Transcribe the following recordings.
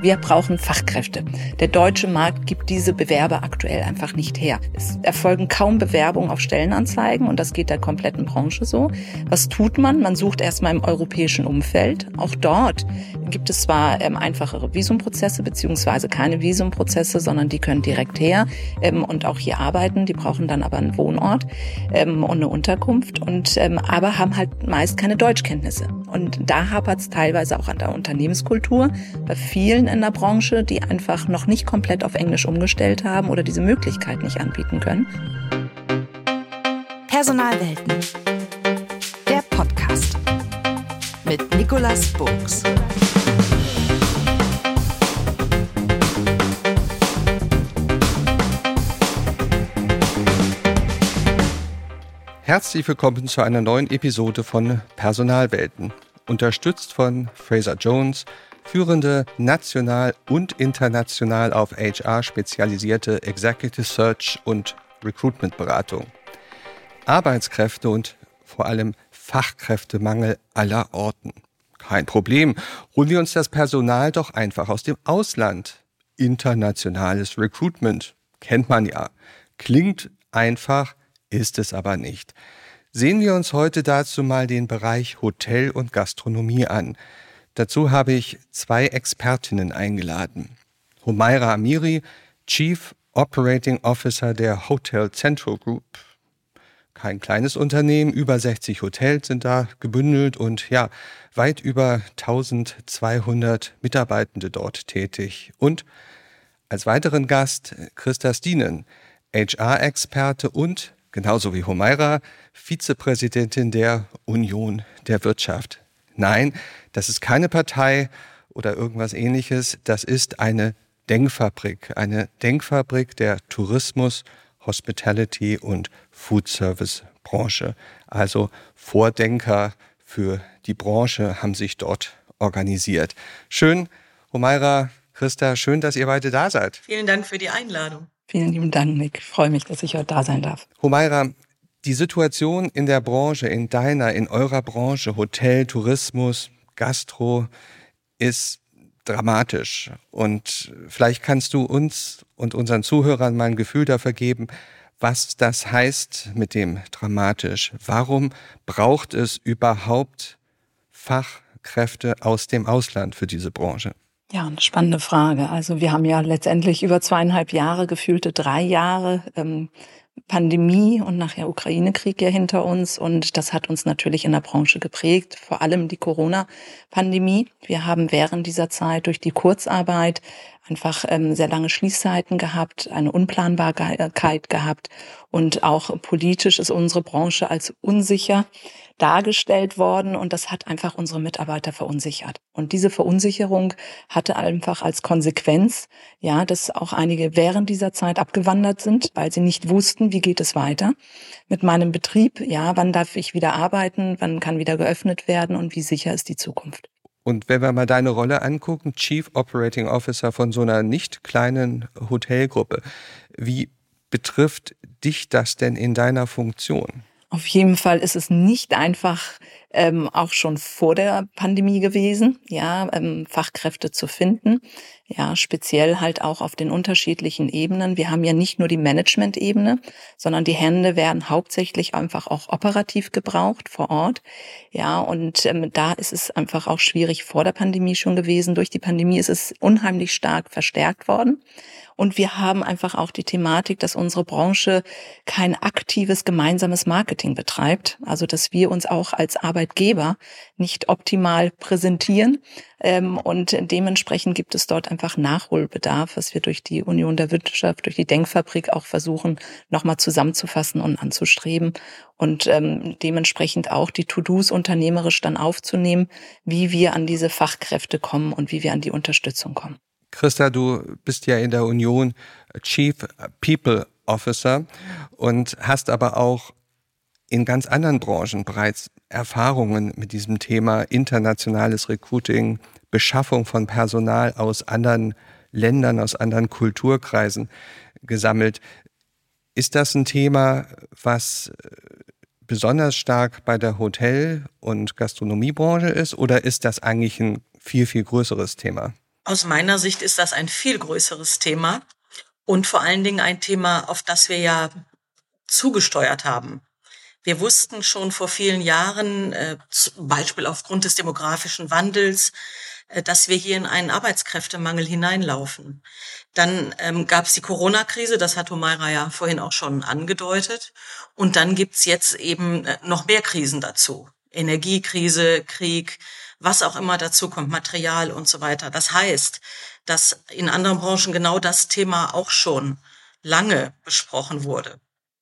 Wir brauchen Fachkräfte. Der deutsche Markt gibt diese Bewerber aktuell einfach nicht her. Es erfolgen kaum Bewerbungen auf Stellenanzeigen und das geht der kompletten Branche so. Was tut man? Man sucht erstmal im europäischen Umfeld. Auch dort gibt es zwar einfachere Visumprozesse beziehungsweise keine Visumprozesse, sondern die können direkt her und auch hier arbeiten. Die brauchen dann aber einen Wohnort und eine Unterkunft aber haben halt meist keine Deutschkenntnisse. Und da hapert es teilweise auch an der Unternehmenskultur bei vielen in der Branche, die einfach noch nicht komplett auf Englisch umgestellt haben oder diese Möglichkeit nicht anbieten können. Personalwelten. Der Podcast mit Nicolas Burks. Herzlich willkommen zu einer neuen Episode von Personalwelten. Unterstützt von Fraser Jones, führende national und international auf HR spezialisierte Executive Search und Recruitment-Beratung. Arbeitskräfte und vor allem Fachkräftemangel aller Orten. Kein Problem, holen wir uns das Personal doch einfach aus dem Ausland. Internationales Recruitment, kennt man ja. Klingt einfach, ist es aber nicht. Sehen wir uns heute dazu mal den Bereich Hotel und Gastronomie an. Dazu habe ich zwei Expertinnen eingeladen. Humaira Amiri, Chief Operating Officer der Hotel Central Group. Kein kleines Unternehmen, über 60 Hotels sind da gebündelt und ja, weit über 1200 Mitarbeitende dort tätig. Und als weiteren Gast Christa Stienen, HR-Experte und genauso wie Humaira, Vizepräsidentin der Union der Wirtschaft. Nein, das ist keine Partei oder irgendwas Ähnliches. Das ist eine Denkfabrik der Tourismus, Hospitality und Food Service Branche. Also Vordenker für die Branche haben sich dort organisiert. Schön, Humaira, Christa, schön, dass ihr beide da seid. Vielen Dank für die Einladung. Vielen lieben Dank, Nick. Ich freue mich, dass ich heute da sein darf. Humaira, die Situation in der Branche, in eurer Branche, Hotel, Tourismus, Gastro, ist dramatisch. Und vielleicht kannst du uns und unseren Zuhörern mal ein Gefühl dafür geben, was das heißt mit dem dramatisch. Warum braucht es überhaupt Fachkräfte aus dem Ausland für diese Branche? Ja, eine spannende Frage. Also wir haben ja letztendlich über 2,5 Jahre, gefühlte 3 Jahre Pandemie und nachher Ukraine-Krieg ja hinter uns. Und das hat uns natürlich in der Branche geprägt, vor allem die Corona-Pandemie. Wir haben während dieser Zeit durch die Kurzarbeit einfach sehr lange Schließzeiten gehabt, eine Unplanbarkeit gehabt. Und auch politisch ist unsere Branche als unsicher dargestellt worden und das hat einfach unsere Mitarbeiter verunsichert. Und diese Verunsicherung hatte einfach als Konsequenz, ja, dass auch einige während dieser Zeit abgewandert sind, weil sie nicht wussten, wie geht es weiter mit meinem Betrieb, ja, wann darf ich wieder arbeiten, wann kann wieder geöffnet werden und wie sicher ist die Zukunft. Und wenn wir mal deine Rolle angucken, Chief Operating Officer von so einer nicht kleinen Hotelgruppe, wie betrifft dich das denn in deiner Funktion? Auf jeden Fall ist es nicht einfach, auch schon vor der Pandemie gewesen, ja, Fachkräfte zu finden, ja, speziell halt auch auf den unterschiedlichen Ebenen. Wir haben ja nicht nur die Management-Ebene, sondern die Hände werden hauptsächlich einfach auch operativ gebraucht vor Ort, ja, und da ist es einfach auch schwierig vor der Pandemie schon gewesen. Durch die Pandemie ist es unheimlich stark verstärkt worden. Und wir haben einfach auch die Thematik, dass unsere Branche kein aktives gemeinsames Marketing betreibt. Also dass wir uns auch als Arbeitgeber nicht optimal präsentieren. Und dementsprechend gibt es dort einfach Nachholbedarf, was wir durch die Union der Wirtschaft, durch die Denkfabrik auch versuchen, nochmal zusammenzufassen und anzustreben. Und dementsprechend auch die To-Dos unternehmerisch dann aufzunehmen, wie wir an diese Fachkräfte kommen und wie wir an die Unterstützung kommen. Christa, du bist ja in der Union Chief People Officer und hast aber auch in ganz anderen Branchen bereits Erfahrungen mit diesem Thema internationales Recruiting, Beschaffung von Personal aus anderen Ländern, aus anderen Kulturkreisen gesammelt. Ist das ein Thema, was besonders stark bei der Hotel- und Gastronomiebranche ist oder ist das eigentlich ein viel, viel größeres Thema? Aus meiner Sicht ist das ein viel größeres Thema und vor allen Dingen ein Thema, auf das wir ja zugesteuert haben. Wir wussten schon vor vielen Jahren, zum Beispiel aufgrund des demografischen Wandels, dass wir hier in einen Arbeitskräftemangel hineinlaufen. Dann gab es die Corona-Krise, das hat Humaira ja vorhin auch schon angedeutet. Und dann gibt's jetzt eben noch mehr Krisen dazu. Energiekrise, Krieg, was auch immer dazu kommt, Material und so weiter. Das heißt, dass in anderen Branchen genau das Thema auch schon lange besprochen wurde.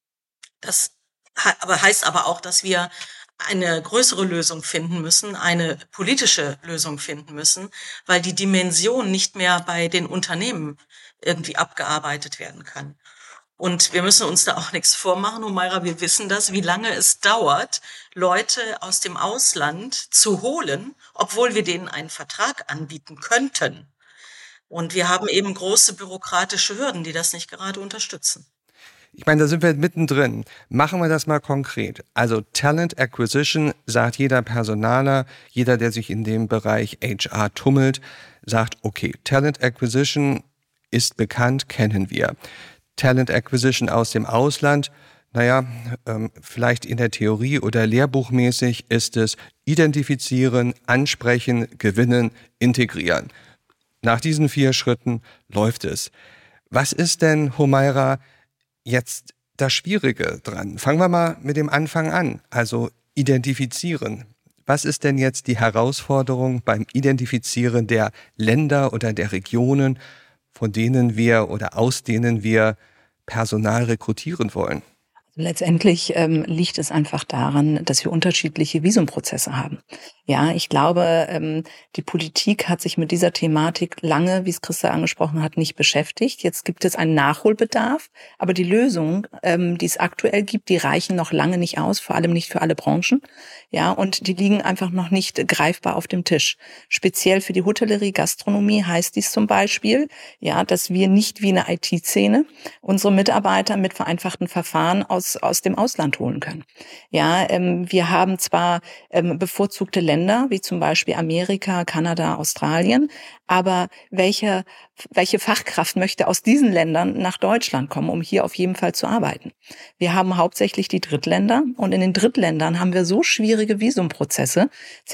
Das heißt aber auch, dass wir eine größere Lösung finden müssen, eine politische Lösung finden müssen, weil die Dimension nicht mehr bei den Unternehmen irgendwie abgearbeitet werden kann. Und wir müssen uns da auch nichts vormachen, Humaira, wir wissen das, wie lange es dauert, Leute aus dem Ausland zu holen, obwohl wir denen einen Vertrag anbieten könnten. Und wir haben eben große bürokratische Hürden, die das nicht gerade unterstützen. Ich meine, da sind wir mittendrin. Machen wir das mal konkret. Also Talent Acquisition, sagt jeder Personaler, jeder, der sich in dem Bereich HR tummelt, sagt, okay, Talent Acquisition ist bekannt, kennen wir. Talent Acquisition aus dem Ausland, vielleicht in der Theorie oder lehrbuchmäßig ist es identifizieren, ansprechen, gewinnen, integrieren. Nach diesen 4 Schritten läuft es. Was ist denn, Humaira, jetzt das Schwierige dran? Fangen wir mal mit dem Anfang an, also identifizieren. Was ist denn jetzt die Herausforderung beim Identifizieren der Länder oder der Regionen, von denen wir oder aus denen wir Personal rekrutieren wollen? Letztendlich liegt es einfach daran, dass wir unterschiedliche Visumprozesse haben. Ja, ich glaube, die Politik hat sich mit dieser Thematik lange, wie es Christa angesprochen hat, nicht beschäftigt. Jetzt gibt es einen Nachholbedarf, aber die Lösungen, die es aktuell gibt, die reichen noch lange nicht aus, vor allem nicht für alle Branchen. Ja, und die liegen einfach noch nicht greifbar auf dem Tisch. Speziell für die Hotellerie, Gastronomie heißt dies zum Beispiel, ja, dass wir nicht wie eine IT-Szene unsere Mitarbeiter mit vereinfachten Verfahren aus dem Ausland holen können. Ja, wir haben zwar bevorzugte Länder, wie zum Beispiel Amerika, Kanada, Australien, aber welche Fachkraft möchte aus diesen Ländern nach Deutschland kommen, um hier auf jeden Fall zu arbeiten? Wir haben hauptsächlich die Drittländer und in den Drittländern haben wir so schwierige Visumprozesse,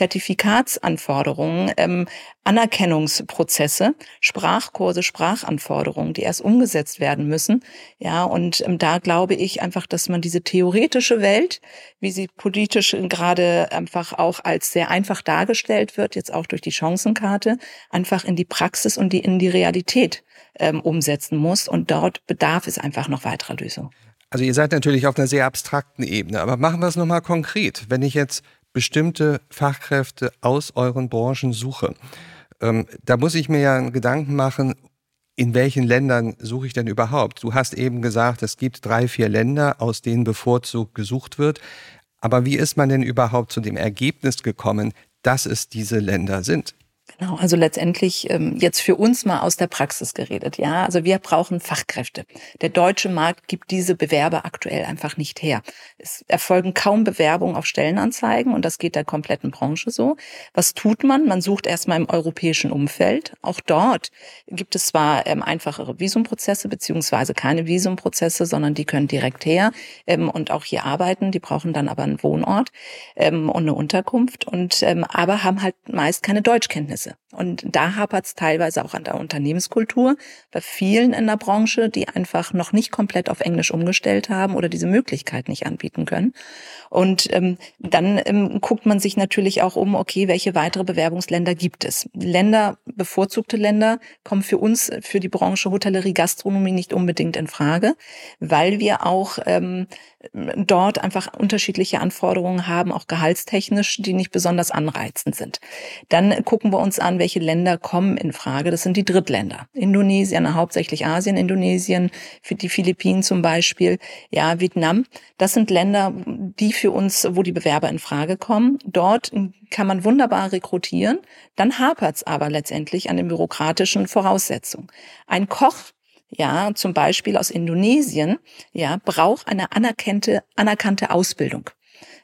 Zertifikatsanforderungen, Anerkennungsprozesse, Sprachkurse, Sprachanforderungen, die erst umgesetzt werden müssen. Ja, und da glaube ich einfach, dass man diese theoretische Welt, wie sie politisch gerade einfach auch als sehr einfach dargestellt wird, jetzt auch durch die Chancenkarte, einfach in die Praxis und in die Realität umsetzen muss. Und dort bedarf es einfach noch weiterer Lösungen. Also ihr seid natürlich auf einer sehr abstrakten Ebene, aber machen wir es nochmal konkret. Wenn ich jetzt bestimmte Fachkräfte aus euren Branchen suche, da muss ich mir ja einen Gedanken machen, in welchen Ländern suche ich denn überhaupt? Du hast eben gesagt, es gibt 3, 4 Länder, aus denen bevorzugt gesucht wird. Aber wie ist man denn überhaupt zu dem Ergebnis gekommen, dass es diese Länder sind? Genau, also letztendlich jetzt für uns mal aus der Praxis geredet. Ja, also wir brauchen Fachkräfte. Der deutsche Markt gibt diese Bewerber aktuell einfach nicht her. Es erfolgen kaum Bewerbungen auf Stellenanzeigen und das geht der kompletten Branche so. Was tut man? Man sucht erstmal im europäischen Umfeld. Auch dort gibt es zwar einfachere Visumprozesse beziehungsweise keine Visumprozesse, sondern die können direkt her und auch hier arbeiten. Die brauchen dann aber einen Wohnort und eine Unterkunft und aber haben halt meist keine Deutschkenntnisse. Und da hapert es teilweise auch an der Unternehmenskultur bei vielen in der Branche, die einfach noch nicht komplett auf Englisch umgestellt haben oder diese Möglichkeit nicht anbieten können. Und dann guckt man sich natürlich auch um, okay, welche weitere Bewerbungsländer gibt es? Bevorzugte Länder kommen für uns, für die Branche Hotellerie, Gastronomie nicht unbedingt in Frage, weil wir auch dort einfach unterschiedliche Anforderungen haben, auch gehaltstechnisch, die nicht besonders anreizend sind. Dann gucken wir uns an, welche Länder kommen in Frage. Das sind die Drittländer. Indonesien, hauptsächlich Asien, Indonesien, für die Philippinen zum Beispiel, ja, Vietnam. Das sind Länder, die für uns, wo die Bewerber in Frage kommen. Dort kann man wunderbar rekrutieren. Dann hapert's aber letztendlich an den bürokratischen Voraussetzungen. Ein Koch, ja, zum Beispiel aus Indonesien, ja, braucht eine anerkannte Ausbildung.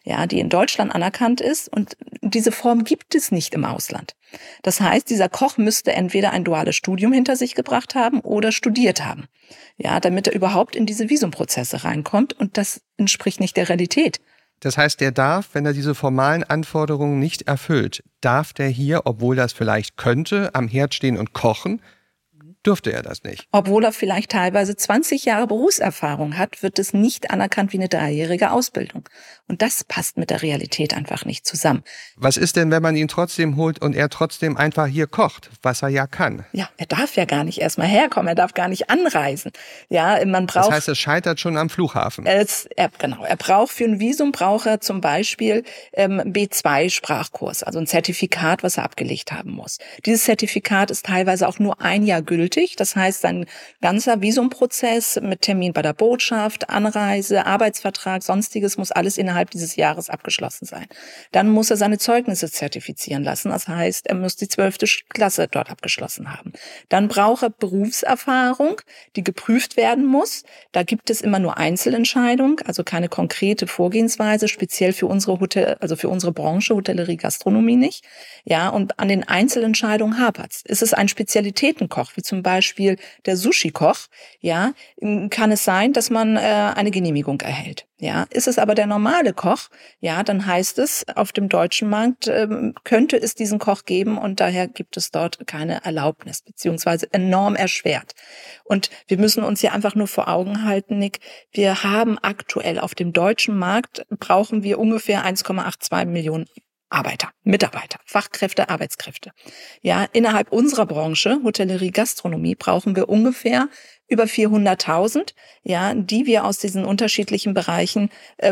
ja, die in Deutschland anerkannt ist. Und diese Form gibt es nicht im Ausland. Das heißt, dieser Koch müsste entweder ein duales Studium hinter sich gebracht haben oder studiert haben, ja, damit er überhaupt in diese Visumprozesse reinkommt. Und das entspricht nicht der Realität. Das heißt, der darf, wenn er diese formalen Anforderungen nicht erfüllt, darf der hier, obwohl er es vielleicht könnte, am Herd stehen und kochen, dürfte er das nicht. Obwohl er vielleicht teilweise 20 Jahre Berufserfahrung hat, wird es nicht anerkannt wie eine 3-jährige Ausbildung. Und das passt mit der Realität einfach nicht zusammen. Was ist denn, wenn man ihn trotzdem holt und er trotzdem einfach hier kocht, was er ja kann? Ja, er darf ja gar nicht erstmal herkommen, er darf gar nicht anreisen. Ja, man braucht. Das heißt, es scheitert schon am Flughafen. Genau, er braucht für ein Visum zum Beispiel B2-Sprachkurs, also ein Zertifikat, was er abgelegt haben muss. Dieses Zertifikat ist teilweise auch nur 1 Jahr gültig. Das heißt, sein ganzer Visumprozess mit Termin bei der Botschaft, Anreise, Arbeitsvertrag, Sonstiges muss alles innerhalb dieses Jahres abgeschlossen sein. Dann muss er seine Zeugnisse zertifizieren lassen. Das heißt, er muss die 12. Klasse dort abgeschlossen haben. Dann braucht er Berufserfahrung, die geprüft werden muss. Da gibt es immer nur Einzelentscheidung, also keine konkrete Vorgehensweise, speziell für unsere für unsere Branche, Hotellerie, Gastronomie nicht. Ja, und an den Einzelentscheidungen hapert's. Ist es ein Spezialitätenkoch, wie zum Beispiel der Sushi-Koch, ja, kann es sein, dass man eine Genehmigung erhält. Ja, ist es aber der normale Koch, ja, dann heißt es, auf dem deutschen Markt könnte es diesen Koch geben und daher gibt es dort keine Erlaubnis, beziehungsweise enorm erschwert. Und wir müssen uns hier einfach nur vor Augen halten, Nick, wir haben aktuell auf dem deutschen Markt, brauchen wir ungefähr 1,82 Millionen Mitarbeiter, Fachkräfte, Arbeitskräfte. Ja, innerhalb unserer Branche, Hotellerie, Gastronomie, brauchen wir ungefähr über 400.000, ja, die wir aus diesen unterschiedlichen Bereichen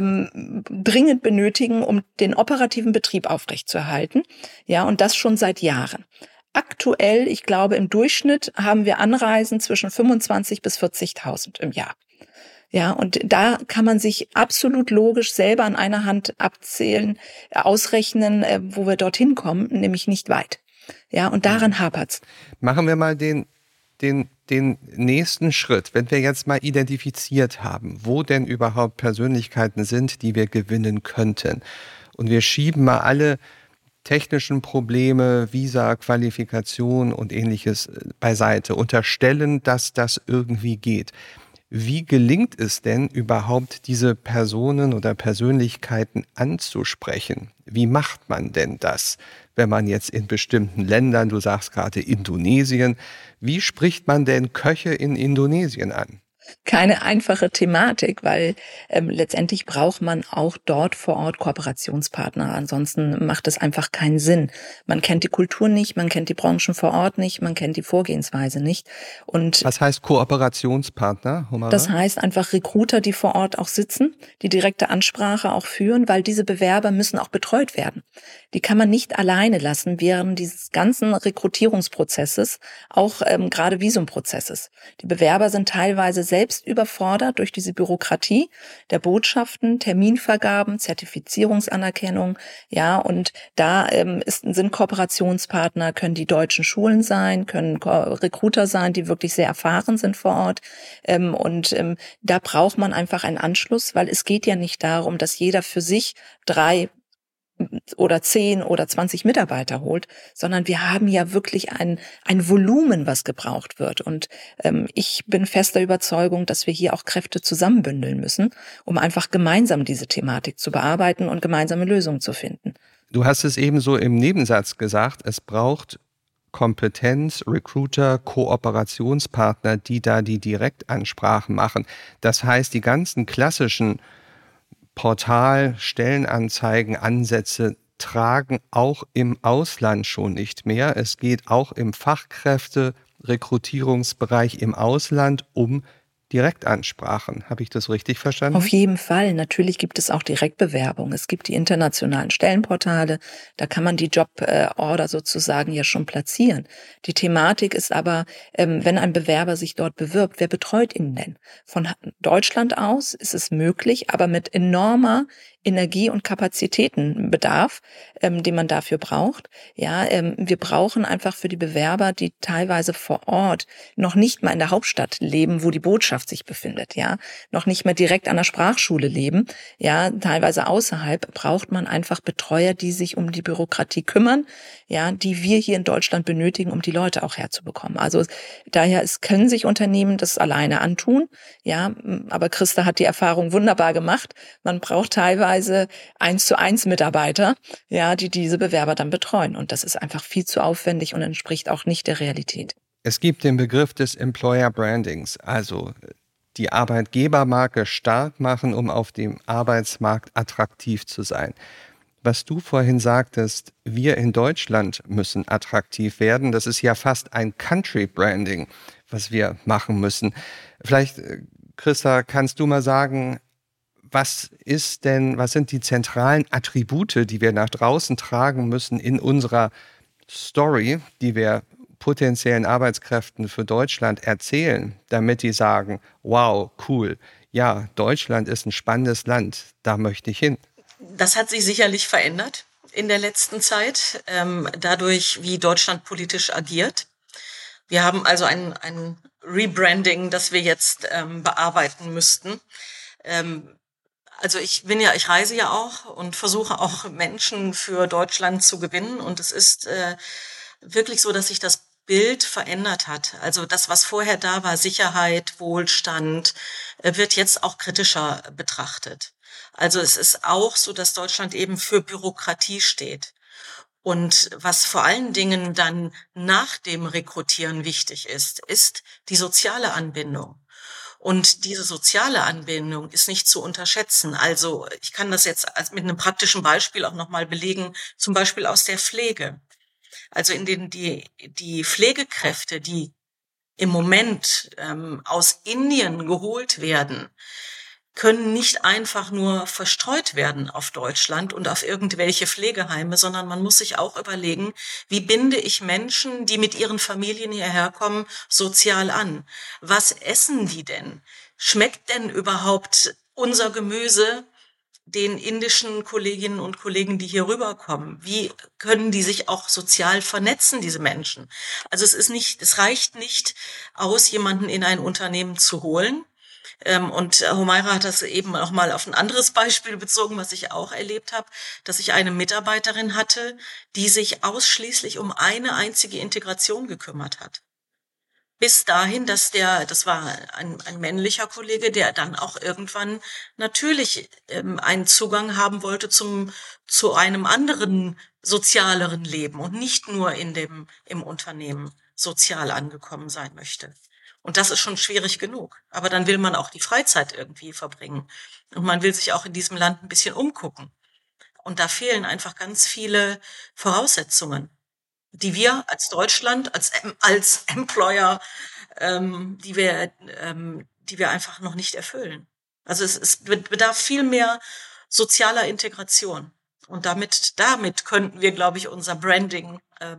dringend benötigen, um den operativen Betrieb aufrechtzuerhalten. Ja, und das schon seit Jahren. Aktuell, ich glaube, im Durchschnitt haben wir Anreisen zwischen 25.000 bis 40.000 im Jahr. Ja, und da kann man sich absolut logisch selber an einer Hand ausrechnen, wo wir dorthin kommen, nämlich nicht weit. Ja, und daran hapert's. Machen wir mal den nächsten Schritt, wenn wir jetzt mal identifiziert haben, wo denn überhaupt Persönlichkeiten sind, die wir gewinnen könnten. Und wir schieben mal alle technischen Probleme, Visa, Qualifikation und Ähnliches beiseite, unterstellen, dass das irgendwie geht. Wie gelingt es denn überhaupt, diese Personen oder Persönlichkeiten anzusprechen? Wie macht man denn das, wenn man jetzt in bestimmten Ländern, du sagst gerade Indonesien, wie spricht man denn Köche in Indonesien an? Keine einfache Thematik, weil letztendlich braucht man auch dort vor Ort Kooperationspartner. Ansonsten macht es einfach keinen Sinn. Man kennt die Kultur nicht, man kennt die Branchen vor Ort nicht, man kennt die Vorgehensweise nicht. Und was heißt Kooperationspartner, Humara? Das heißt einfach Recruiter, die vor Ort auch sitzen, die direkte Ansprache auch führen, weil diese Bewerber müssen auch betreut werden. Die kann man nicht alleine lassen während dieses ganzen Rekrutierungsprozesses, auch gerade Visumprozesses. Die Bewerber sind teilweise selbst überfordert durch diese Bürokratie der Botschaften, Terminvergaben, Zertifizierungsanerkennung, ja, und da sind Kooperationspartner, können die deutschen Schulen sein, können Recruiter sein, die wirklich sehr erfahren sind vor Ort, und da braucht man einfach einen Anschluss, weil es geht ja nicht darum, dass jeder für sich 3 oder 10 oder 20 Mitarbeiter holt, sondern wir haben ja wirklich ein Volumen, was gebraucht wird. Und ich bin fester Überzeugung, dass wir hier auch Kräfte zusammenbündeln müssen, um einfach gemeinsam diese Thematik zu bearbeiten und gemeinsame Lösungen zu finden. Du hast es eben so im Nebensatz gesagt, es braucht Kompetenz, Recruiter, Kooperationspartner, die da die Direktansprachen machen. Das heißt, die ganzen klassischen Portal, Stellenanzeigen, Ansätze tragen auch im Ausland schon nicht mehr. Es geht auch im Fachkräfte-Rekrutierungsbereich im Ausland um Direktansprachen. Habe ich das richtig verstanden? Auf jeden Fall. Natürlich gibt es auch Direktbewerbung. Es gibt die internationalen Stellenportale. Da kann man die Joborder sozusagen ja schon platzieren. Die Thematik ist aber, wenn ein Bewerber sich dort bewirbt, wer betreut ihn denn? Von Deutschland aus ist es möglich, aber mit enormer Energie und Kapazitätenbedarf, den man dafür braucht. Ja, wir brauchen einfach für die Bewerber, die teilweise vor Ort noch nicht mal in der Hauptstadt leben, wo die Botschaft sich befindet, ja, noch nicht mal direkt an der Sprachschule leben, ja, teilweise außerhalb, braucht man einfach Betreuer, die sich um die Bürokratie kümmern, ja, die wir hier in Deutschland benötigen, um die Leute auch herzubekommen. Also daher, es können sich Unternehmen das alleine antun, ja, aber Christa hat die Erfahrung wunderbar gemacht. Man braucht teilweise 1:1 Mitarbeiter, ja, die diese Bewerber dann betreuen. Und das ist einfach viel zu aufwendig und entspricht auch nicht der Realität. Es gibt den Begriff des Employer Brandings, also die Arbeitgebermarke stark machen, um auf dem Arbeitsmarkt attraktiv zu sein. Was du vorhin sagtest, wir in Deutschland müssen attraktiv werden, das ist ja fast ein Country Branding, was wir machen müssen. Vielleicht, Christa, kannst du mal sagen, was sind die zentralen Attribute, die wir nach draußen tragen müssen in unserer Story, die wir potenziellen Arbeitskräften für Deutschland erzählen, damit die sagen, wow, cool, ja, Deutschland ist ein spannendes Land, da möchte ich hin. Das hat sich sicherlich verändert in der letzten Zeit, dadurch, wie Deutschland politisch agiert. Wir haben also ein Rebranding, das wir jetzt bearbeiten müssten. Also ich reise ja auch und versuche auch Menschen für Deutschland zu gewinnen. Und es ist wirklich so, dass sich das Bild verändert hat. Also das, was vorher da war, Sicherheit, Wohlstand, wird jetzt auch kritischer betrachtet. Also es ist auch so, dass Deutschland eben für Bürokratie steht. Und was vor allen Dingen dann nach dem Rekrutieren wichtig ist die soziale Anbindung. Und diese soziale Anbindung ist nicht zu unterschätzen. Also ich kann das jetzt mit einem praktischen Beispiel auch nochmal belegen, zum Beispiel aus der Pflege. Also in denen die Pflegekräfte, die im Moment aus Indien geholt werden, können nicht einfach nur verstreut werden auf Deutschland und auf irgendwelche Pflegeheime, sondern man muss sich auch überlegen, wie binde ich Menschen, die mit ihren Familien hierher kommen, sozial an? Was essen die denn? Schmeckt denn überhaupt unser Gemüse den indischen Kolleginnen und Kollegen, die hier rüberkommen? Wie können die sich auch sozial vernetzen, diese Menschen? Also es reicht nicht aus, jemanden in ein Unternehmen zu holen. Und Humaira hat das eben auch mal auf ein anderes Beispiel bezogen, was ich auch erlebt habe, dass ich eine Mitarbeiterin hatte, die sich ausschließlich um eine einzige Integration gekümmert hat. Bis dahin, das war ein männlicher Kollege, der dann auch irgendwann natürlich einen Zugang haben wollte zu einem anderen sozialeren Leben und nicht nur im Unternehmen sozial angekommen sein möchte. Und das ist schon schwierig genug. Aber dann will man auch die Freizeit irgendwie verbringen. Und man will sich auch in diesem Land ein bisschen umgucken. Und da fehlen einfach ganz viele Voraussetzungen, die wir als Deutschland, als Employer, die wir einfach noch nicht erfüllen. Also es bedarf viel mehr sozialer Integration. Und damit könnten wir, glaube ich, unser Branding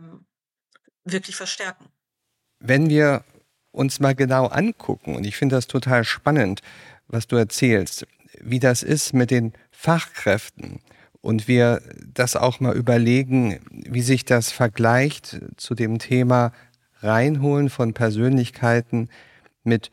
wirklich verstärken. Wenn wir uns mal genau angucken, und ich finde das total spannend, was du erzählst, wie das ist mit den Fachkräften und wir das auch mal überlegen, wie sich das vergleicht zu dem Thema Reinholen von Persönlichkeiten mit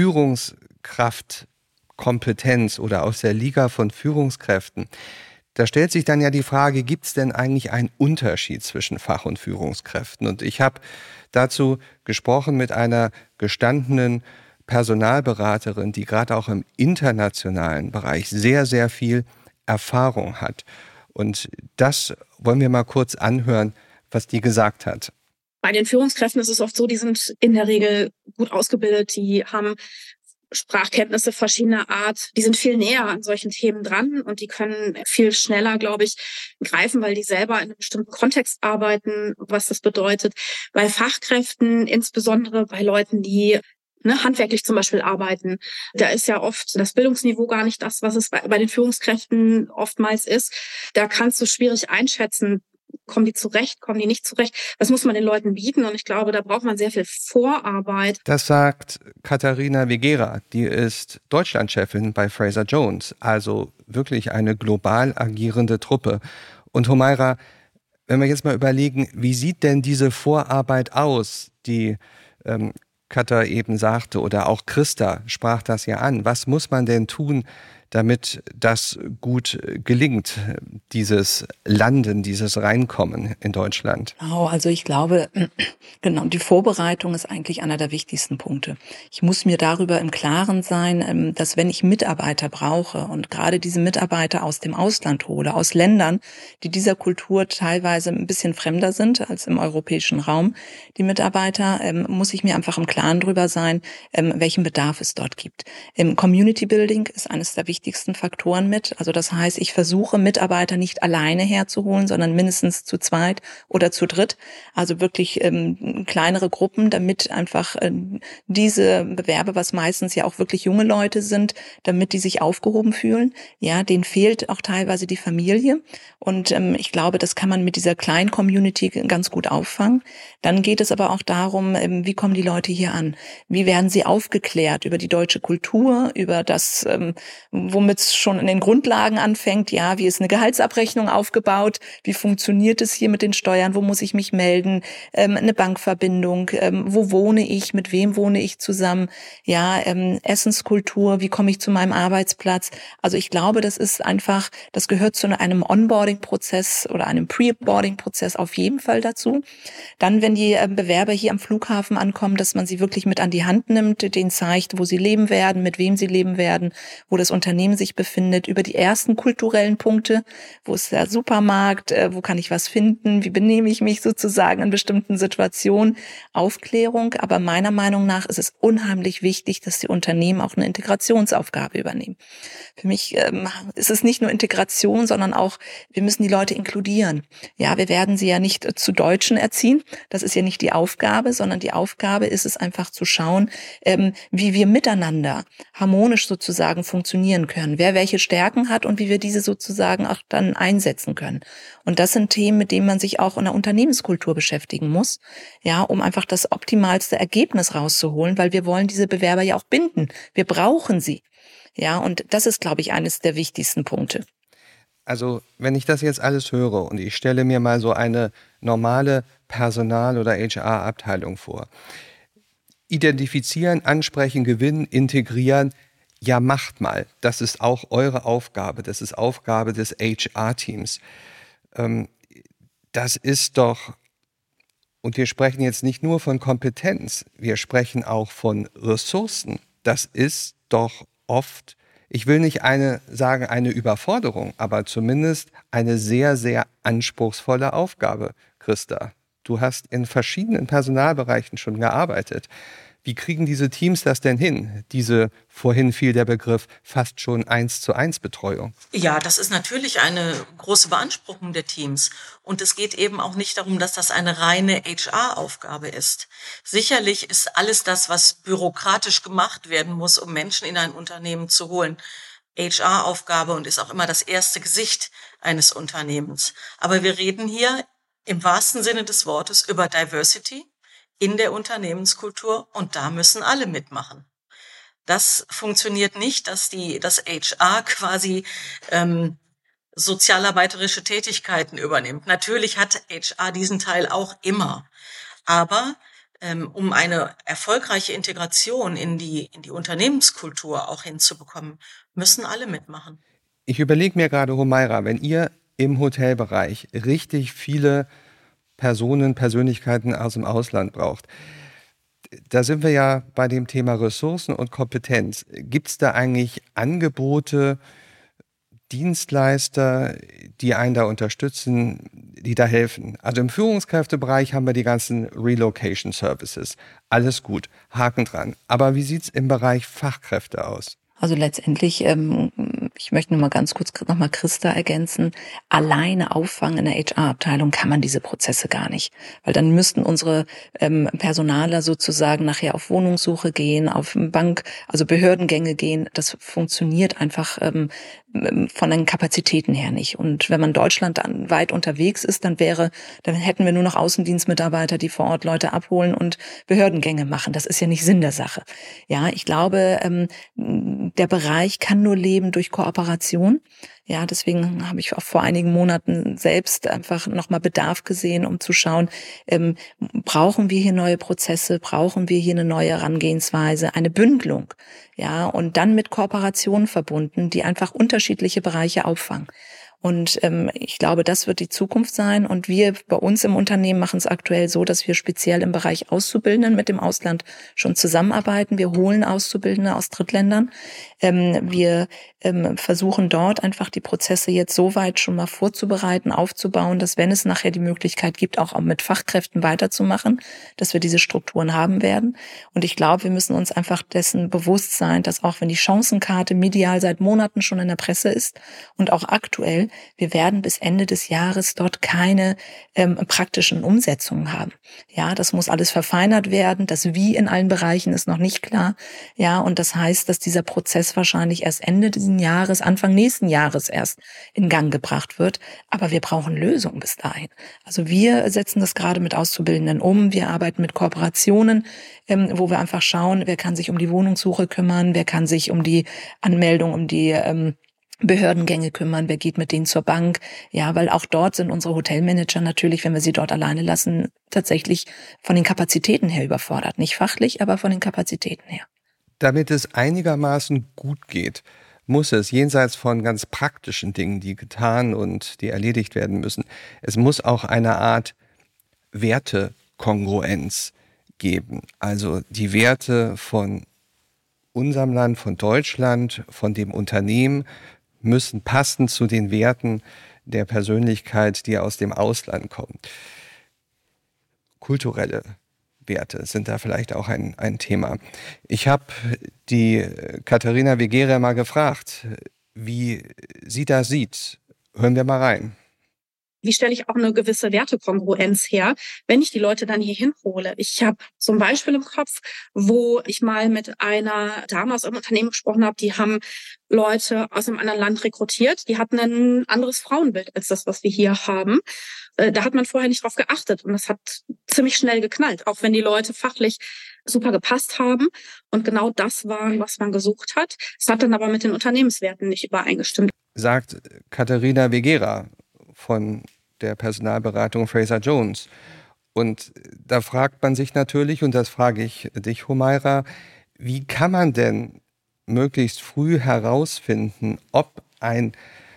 Führungskraftkompetenz oder aus der Liga von Führungskräften. Da stellt sich dann ja die Frage, gibt es denn eigentlich einen Unterschied zwischen Fach- und Führungskräften? Und ich habe dazu gesprochen mit einer gestandenen Personalberaterin, die gerade auch im internationalen Bereich sehr, sehr viel Erfahrung hat. Und das wollen wir mal kurz anhören, was die gesagt hat. Bei den Führungskräften ist es oft so, die sind in der Regel gut ausgebildet, die haben Sprachkenntnisse verschiedener Art, die sind viel näher an solchen Themen dran und die können viel schneller, glaube ich, greifen, weil die selber in einem bestimmten Kontext arbeiten, was das bedeutet. Bei Fachkräften, insbesondere bei Leuten, die handwerklich zum Beispiel arbeiten, da ist ja oft das Bildungsniveau gar nicht das, was es bei den Führungskräften oftmals ist. Da kannst du schwierig einschätzen, kommen die zurecht, kommen die nicht zurecht? Das muss man den Leuten bieten und ich glaube, da braucht man sehr viel Vorarbeit. Das sagt Katharina Vegera, die ist Deutschlandchefin bei Fraser Jones, also wirklich eine global agierende Truppe. Und Humaira, wenn wir jetzt mal überlegen, wie sieht denn diese Vorarbeit aus, die Katha eben sagte, oder auch Christa sprach das ja an. Was muss man denn tun, damit das gut gelingt, dieses Landen, dieses Reinkommen in Deutschland? Genau, also ich glaube, genau, die Vorbereitung ist eigentlich einer der wichtigsten Punkte. Ich muss mir darüber im Klaren sein, dass wenn ich Mitarbeiter brauche und gerade diese Mitarbeiter aus dem Ausland hole, aus Ländern, die dieser Kultur teilweise ein bisschen fremder sind als im europäischen Raum, die Mitarbeiter, muss ich mir einfach im Klaren darüber sein, welchen Bedarf es dort gibt. Community Building ist eines der wichtigsten Faktoren mit. Also das heißt, ich versuche Mitarbeiter nicht alleine herzuholen, sondern mindestens zu zweit oder zu dritt. Also wirklich kleinere Gruppen, damit einfach diese Bewerber, was meistens ja auch wirklich junge Leute sind, damit die sich aufgehoben fühlen. Ja, denen fehlt auch teilweise die Familie. Und ich glaube, das kann man mit dieser kleinen Community ganz gut auffangen. Dann geht es aber auch darum, wie kommen die Leute hier an? Wie werden sie aufgeklärt über die deutsche Kultur, über das, womit es schon in den Grundlagen anfängt? Ja, wie ist eine Gehaltsabrechnung aufgebaut? Wie funktioniert es hier mit den Steuern? Wo muss ich mich melden? Eine Bankverbindung? Wo wohne ich? Mit wem wohne ich zusammen? Ja, Essenskultur? Wie komme ich zu meinem Arbeitsplatz? Also ich glaube, das ist einfach, das gehört zu einem Onboarding-Prozess oder einem Pre-Boarding-Prozess auf jeden Fall dazu. Dann, wenn die Bewerber hier am Flughafen ankommen, dass man sie wirklich mit an die Hand nimmt, denen zeigt, wo sie leben werden, mit wem sie leben werden, wo das Unternehmen sich befindet, über die ersten kulturellen Punkte, wo ist der Supermarkt, wo kann ich was finden, wie benehme ich mich sozusagen in bestimmten Situationen, Aufklärung. Aber meiner Meinung nach ist es unheimlich wichtig, dass die Unternehmen auch eine Integrationsaufgabe übernehmen. Für mich ist es nicht nur Integration, sondern auch, wir müssen die Leute inkludieren. Ja, wir werden sie ja nicht zu Deutschen erziehen. Das ist ja nicht die Aufgabe, sondern die Aufgabe ist es einfach zu schauen, wie wir miteinander harmonisch sozusagen funktionieren können, wer welche Stärken hat und wie wir diese sozusagen auch dann einsetzen können. Und das sind Themen, mit denen man sich auch in der Unternehmenskultur beschäftigen muss, ja, um einfach das optimalste Ergebnis rauszuholen, weil wir wollen diese Bewerber ja auch binden. Wir brauchen sie. Ja, und das ist, glaube ich, eines der wichtigsten Punkte. Also, wenn ich das jetzt alles höre und ich stelle mir mal so eine normale Personal- oder HR-Abteilung vor. Identifizieren, ansprechen, gewinnen, integrieren. Ja, macht mal. Das ist auch eure Aufgabe. Das ist Aufgabe des HR-Teams. Das ist doch, und wir sprechen jetzt nicht nur von Kompetenz, wir sprechen auch von Ressourcen. Das ist doch oft, ich will nicht sagen eine Überforderung, aber zumindest eine sehr, sehr anspruchsvolle Aufgabe, Christa. Du hast in verschiedenen Personalbereichen schon gearbeitet. Wie kriegen diese Teams das denn hin? Vorhin fiel der Begriff fast schon 1:1 Betreuung. Ja, das ist natürlich eine große Beanspruchung der Teams. Und es geht eben auch nicht darum, dass das eine reine HR-Aufgabe ist. Sicherlich ist alles das, was bürokratisch gemacht werden muss, um Menschen in ein Unternehmen zu holen, HR-Aufgabe und ist auch immer das erste Gesicht eines Unternehmens. Aber wir reden hier im wahrsten Sinne des Wortes über Diversity in der Unternehmenskultur und da müssen alle mitmachen. Das funktioniert nicht, dass das HR quasi sozialarbeiterische Tätigkeiten übernimmt. Natürlich hat HR diesen Teil auch immer, aber um eine erfolgreiche Integration in die Unternehmenskultur auch hinzubekommen, müssen alle mitmachen. Ich überlege mir gerade, Humaira, wenn ihr im Hotelbereich richtig viele Persönlichkeiten aus dem Ausland braucht. Da sind wir ja bei dem Thema Ressourcen und Kompetenz. Gibt es da eigentlich Angebote, Dienstleister, die einen da unterstützen, die da helfen? Also im Führungskräftebereich haben wir die ganzen Relocation Services. Alles gut, Haken dran. Aber wie sieht es im Bereich Fachkräfte aus? Also letztendlich, Ich möchte noch mal ganz kurz nochmal Christa ergänzen. Alleine auffangen in der HR-Abteilung kann man diese Prozesse gar nicht. Weil dann müssten unsere Personaler sozusagen nachher auf Wohnungssuche gehen, auf also Behördengänge gehen. Das funktioniert einfach von den Kapazitäten her nicht. Und wenn man deutschlandweit unterwegs ist, dann hätten wir nur noch Außendienstmitarbeiter, die vor Ort Leute abholen und Behördengänge machen. Das ist ja nicht Sinn der Sache. Ja, ich glaube, der Bereich kann nur leben durch Kooperation. Ja, deswegen habe ich auch vor einigen Monaten selbst einfach nochmal Bedarf gesehen, um zu schauen, brauchen wir hier neue Prozesse, brauchen wir hier eine neue Herangehensweise, eine Bündelung, ja, und dann mit Kooperationen verbunden, die einfach unterschiedliche Bereiche auffangen. Und ich glaube, das wird die Zukunft sein. Und wir bei uns im Unternehmen machen es aktuell so, dass wir speziell im Bereich Auszubildenden mit dem Ausland schon zusammenarbeiten. Wir holen Auszubildende aus Drittländern. Wir versuchen dort einfach die Prozesse jetzt so weit schon mal vorzubereiten, aufzubauen, dass wenn es nachher die Möglichkeit gibt, auch mit Fachkräften weiterzumachen, dass wir diese Strukturen haben werden. Und ich glaube, wir müssen uns einfach dessen bewusst sein, dass auch wenn die Chancenkarte medial seit Monaten schon in der Presse ist und auch aktuell, wir werden bis Ende des Jahres dort keine praktischen Umsetzungen haben. Ja, das muss alles verfeinert werden. Das Wie in allen Bereichen ist noch nicht klar. Ja, und das heißt, dass dieser Prozess wahrscheinlich erst Ende dieses Jahres, Anfang nächsten Jahres erst in Gang gebracht wird. Aber wir brauchen Lösungen bis dahin. Also wir setzen das gerade mit Auszubildenden um. Wir arbeiten mit Kooperationen, wo wir einfach schauen, wer kann sich um die Wohnungssuche kümmern, wer kann sich um die Anmeldung, um die Behördengänge kümmern, wer geht mit denen zur Bank. Ja, weil auch dort sind unsere Hotelmanager natürlich, wenn wir sie dort alleine lassen, tatsächlich von den Kapazitäten her überfordert. Nicht fachlich, aber von den Kapazitäten her. Damit es einigermaßen gut geht, muss es jenseits von ganz praktischen Dingen, die getan und die erledigt werden müssen, es muss auch eine Art Wertekongruenz geben. Also die Werte von unserem Land, von Deutschland, von dem Unternehmen müssen passen zu den Werten der Persönlichkeit, die aus dem Ausland kommen. Kulturelle Werte sind da vielleicht auch ein Thema. Ich habe die Katharina Vegera mal gefragt, wie sie das sieht. Hören wir mal rein. Wie stelle ich auch eine gewisse Wertekongruenz her, wenn ich die Leute dann hier hinhole? Ich habe so ein Beispiel im Kopf, wo ich mal mit einer Dame aus einem Unternehmen gesprochen habe, die haben Leute aus einem anderen Land rekrutiert. Die hatten ein anderes Frauenbild als das, was wir hier haben. Da hat man vorher nicht drauf geachtet und das hat ziemlich schnell geknallt, auch wenn die Leute fachlich super gepasst haben und genau das war, was man gesucht hat. Es hat dann aber mit den Unternehmenswerten nicht übereingestimmt. Sagt Katharina Vegera von der Personalberatung Fraser Jones. Und da fragt man sich natürlich, und das frage ich dich, Humaira, wie kann man denn möglichst früh herausfinden, ob ein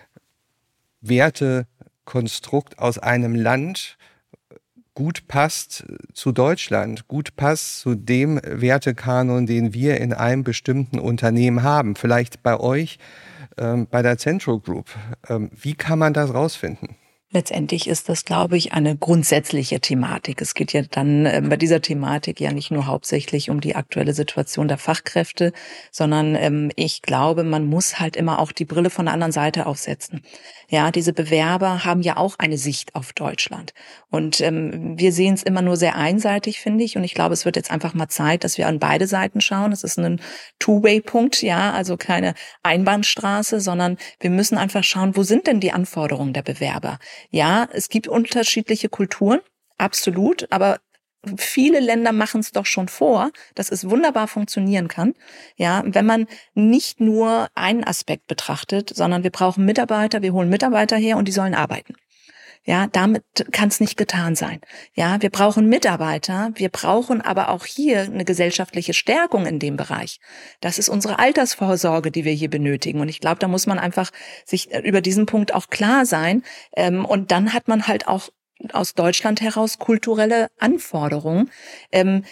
Wertekonstrukt aus einem Land gut passt zu Deutschland, gut passt zu dem Wertekanon, den wir in einem bestimmten Unternehmen haben, vielleicht bei euch, bei der Central Group. Wie kann man das rausfinden? Letztendlich ist das, glaube ich, eine grundsätzliche Thematik. Es geht ja dann bei dieser Thematik ja nicht nur hauptsächlich um die aktuelle Situation der Fachkräfte, sondern ich glaube, man muss halt immer auch die Brille von der anderen Seite aufsetzen. Ja, diese Bewerber haben ja auch eine Sicht auf Deutschland. Und wir sehen es immer nur sehr einseitig, finde ich. Und ich glaube, es wird jetzt einfach mal Zeit, dass wir an beide Seiten schauen. Es ist ein Two-Way-Punkt, ja, also keine Einbahnstraße, sondern wir müssen einfach schauen, wo sind denn die Anforderungen der Bewerber? Ja, es gibt unterschiedliche Kulturen, absolut, aber viele Länder machen es doch schon vor, dass es wunderbar funktionieren kann. Ja, wenn man nicht nur einen Aspekt betrachtet, sondern wir brauchen Mitarbeiter, wir holen Mitarbeiter her und die sollen arbeiten. Ja, damit kann es nicht getan sein. Ja, wir brauchen Mitarbeiter, wir brauchen aber auch hier eine gesellschaftliche Stärkung in dem Bereich. Das ist unsere Altersvorsorge, die wir hier benötigen. Und ich glaube, da muss man einfach sich über diesen Punkt auch klar sein. Und dann hat man halt auch aus Deutschland heraus kulturelle Anforderungen.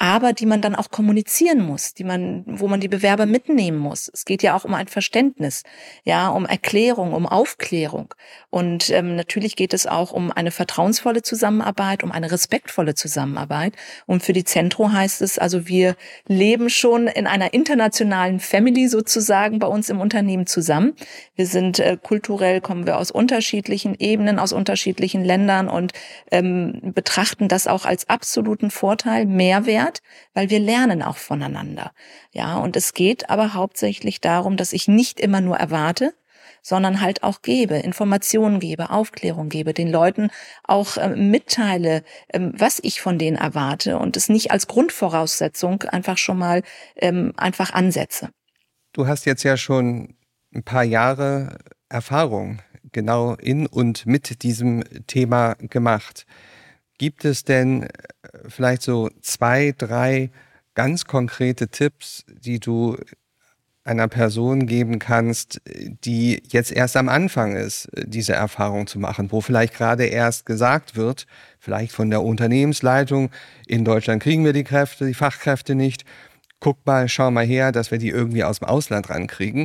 aber die man dann auch kommunizieren muss, wo man die Bewerber mitnehmen muss. Es geht ja auch um ein Verständnis, ja, um Erklärung, um Aufklärung. Und natürlich geht es auch um eine vertrauensvolle Zusammenarbeit, um eine respektvolle Zusammenarbeit. Und für die Centro heißt es, also wir leben schon in einer internationalen Family sozusagen bei uns im Unternehmen zusammen. Wir sind kulturell, kommen wir aus unterschiedlichen Ebenen, aus unterschiedlichen Ländern und betrachten das auch als absoluten Vorteil, Mehrwert, weil wir lernen auch voneinander. Ja, und es geht aber hauptsächlich darum, dass ich nicht immer nur erwarte, sondern halt auch gebe, Informationen gebe, Aufklärung gebe, den Leuten auch mitteile, was ich von denen erwarte und es nicht als Grundvoraussetzung einfach schon mal einfach ansetze. Du hast jetzt ja schon ein paar Jahre Erfahrung genau in und mit diesem Thema gemacht. Gibt es denn vielleicht so 2, 3 ganz konkrete Tipps, die du einer Person geben kannst, die jetzt erst am Anfang ist, diese Erfahrung zu machen, wo vielleicht gerade erst gesagt wird, vielleicht von der Unternehmensleitung, in Deutschland kriegen wir die Fachkräfte nicht, guck mal, schau mal her, dass wir die irgendwie aus dem Ausland rankriegen.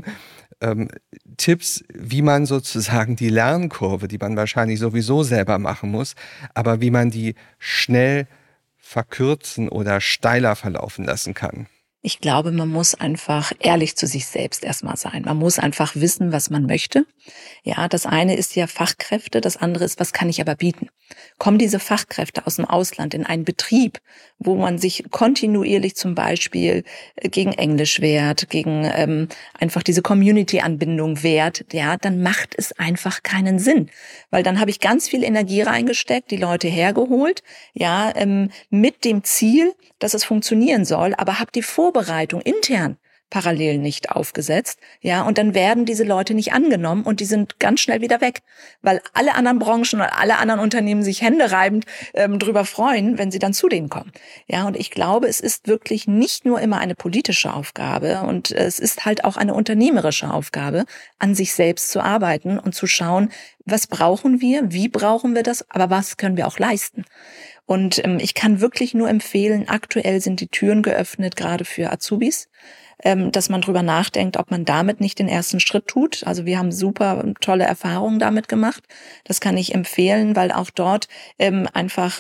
Tipps, wie man sozusagen die Lernkurve, die man wahrscheinlich sowieso selber machen muss, aber wie man die schnell verkürzen oder steiler verlaufen lassen kann. Ich glaube, man muss einfach ehrlich zu sich selbst erstmal sein. Man muss einfach wissen, was man möchte. Ja, das eine ist ja Fachkräfte, das andere ist, was kann ich aber bieten? Kommen diese Fachkräfte aus dem Ausland in einen Betrieb, wo man sich kontinuierlich zum Beispiel gegen Englisch wehrt, gegen einfach diese Community-Anbindung wehrt, ja, dann macht es einfach keinen Sinn. Weil dann habe ich ganz viel Energie reingesteckt, die Leute hergeholt, ja, mit dem Ziel, dass es funktionieren soll, aber habe die Vorbereitung intern parallel nicht aufgesetzt, ja, und dann werden diese Leute nicht angenommen und die sind ganz schnell wieder weg, weil alle anderen Branchen und alle anderen Unternehmen sich händereibend drüber freuen, wenn sie dann zu denen kommen. Ja, und ich glaube, es ist wirklich nicht nur immer eine politische Aufgabe und es ist halt auch eine unternehmerische Aufgabe, an sich selbst zu arbeiten und zu schauen, was brauchen wir, wie brauchen wir das, aber was können wir auch leisten. Und ich kann wirklich nur empfehlen, aktuell sind die Türen geöffnet, gerade für Azubis, dass man drüber nachdenkt, ob man damit nicht den ersten Schritt tut. Also wir haben super tolle Erfahrungen damit gemacht. Das kann ich empfehlen, weil auch dort einfach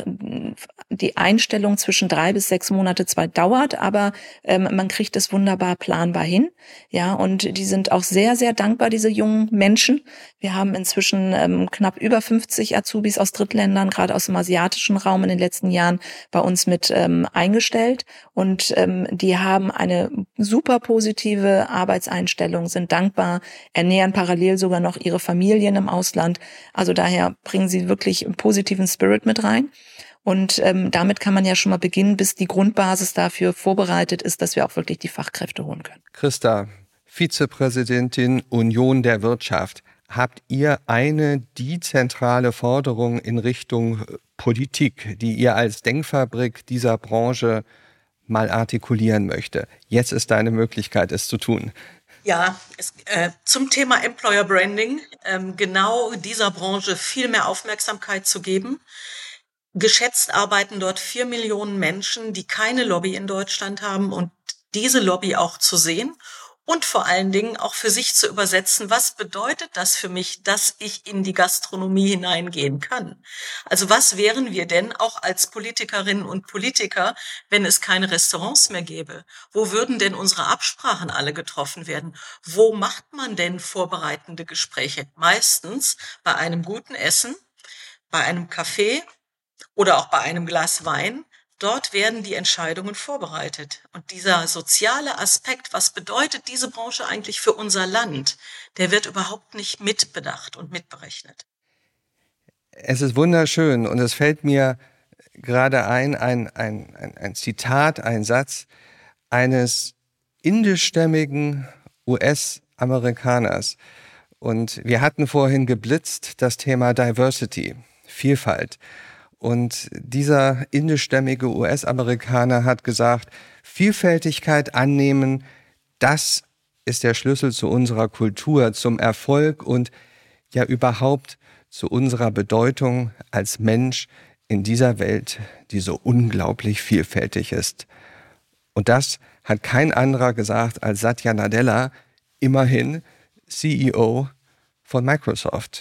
die Einstellung zwischen 3 bis 6 Monate zwar dauert, aber man kriegt es wunderbar planbar hin. Ja, und die sind auch sehr, sehr dankbar, diese jungen Menschen. Wir haben inzwischen knapp über 50 Azubis aus Drittländern, gerade aus dem asiatischen Raum in den letzten Jahren bei uns mit eingestellt. Und die haben eine super positive Arbeitseinstellung, sind dankbar, ernähren parallel sogar noch ihre Familien im Ausland. Also daher bringen sie wirklich einen positiven Spirit mit rein. Und damit kann man ja schon mal beginnen, bis die Grundbasis dafür vorbereitet ist, dass wir auch wirklich die Fachkräfte holen können. Christa, Vizepräsidentin Union der Wirtschaft. Habt ihr die zentrale Forderung in Richtung Politik, die ihr als Denkfabrik dieser Branche mal artikulieren möchte? Jetzt ist deine Möglichkeit, es zu tun. Ja, zum Thema Employer Branding, genau dieser Branche viel mehr Aufmerksamkeit zu geben. Geschätzt arbeiten dort 4 Millionen Menschen, die keine Lobby in Deutschland haben und diese Lobby auch zu sehen und vor allen Dingen auch für sich zu übersetzen, was bedeutet das für mich, dass ich in die Gastronomie hineingehen kann? Also was wären wir denn auch als Politikerinnen und Politiker, wenn es keine Restaurants mehr gäbe? Wo würden denn unsere Absprachen alle getroffen werden? Wo macht man denn vorbereitende Gespräche? Meistens bei einem guten Essen, bei einem Kaffee oder auch bei einem Glas Wein. Dort werden die Entscheidungen vorbereitet. Und dieser soziale Aspekt, was bedeutet diese Branche eigentlich für unser Land, der wird überhaupt nicht mitbedacht und mitberechnet. Es ist wunderschön und es fällt mir gerade ein Zitat, ein Satz eines indischstämmigen US-Amerikaners. Und wir hatten vorhin geblitzt das Thema Diversity, Vielfalt. Und dieser indischstämmige US-Amerikaner hat gesagt, Vielfältigkeit annehmen, das ist der Schlüssel zu unserer Kultur, zum Erfolg und ja überhaupt zu unserer Bedeutung als Mensch in dieser Welt, die so unglaublich vielfältig ist. Und das hat kein anderer gesagt als Satya Nadella, immerhin CEO von Microsoft.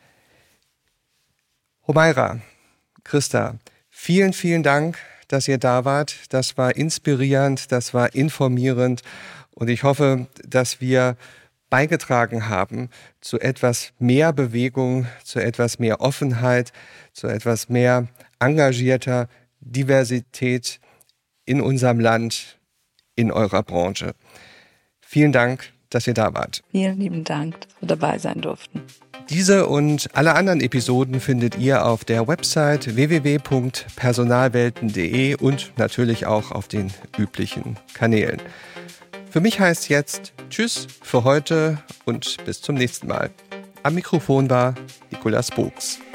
Humaira, Christa, vielen, vielen Dank, dass ihr da wart. Das war inspirierend, das war informierend und ich hoffe, dass wir beigetragen haben zu etwas mehr Bewegung, zu etwas mehr Offenheit, zu etwas mehr engagierter Diversität in unserem Land, in eurer Branche. Vielen Dank, dass ihr da wart. Vielen lieben Dank, dass wir dabei sein durften. Diese und alle anderen Episoden findet ihr auf der Website www.personalwelten.de und natürlich auch auf den üblichen Kanälen. Für mich heißt jetzt Tschüss für heute und bis zum nächsten Mal. Am Mikrofon war Nicolas Books.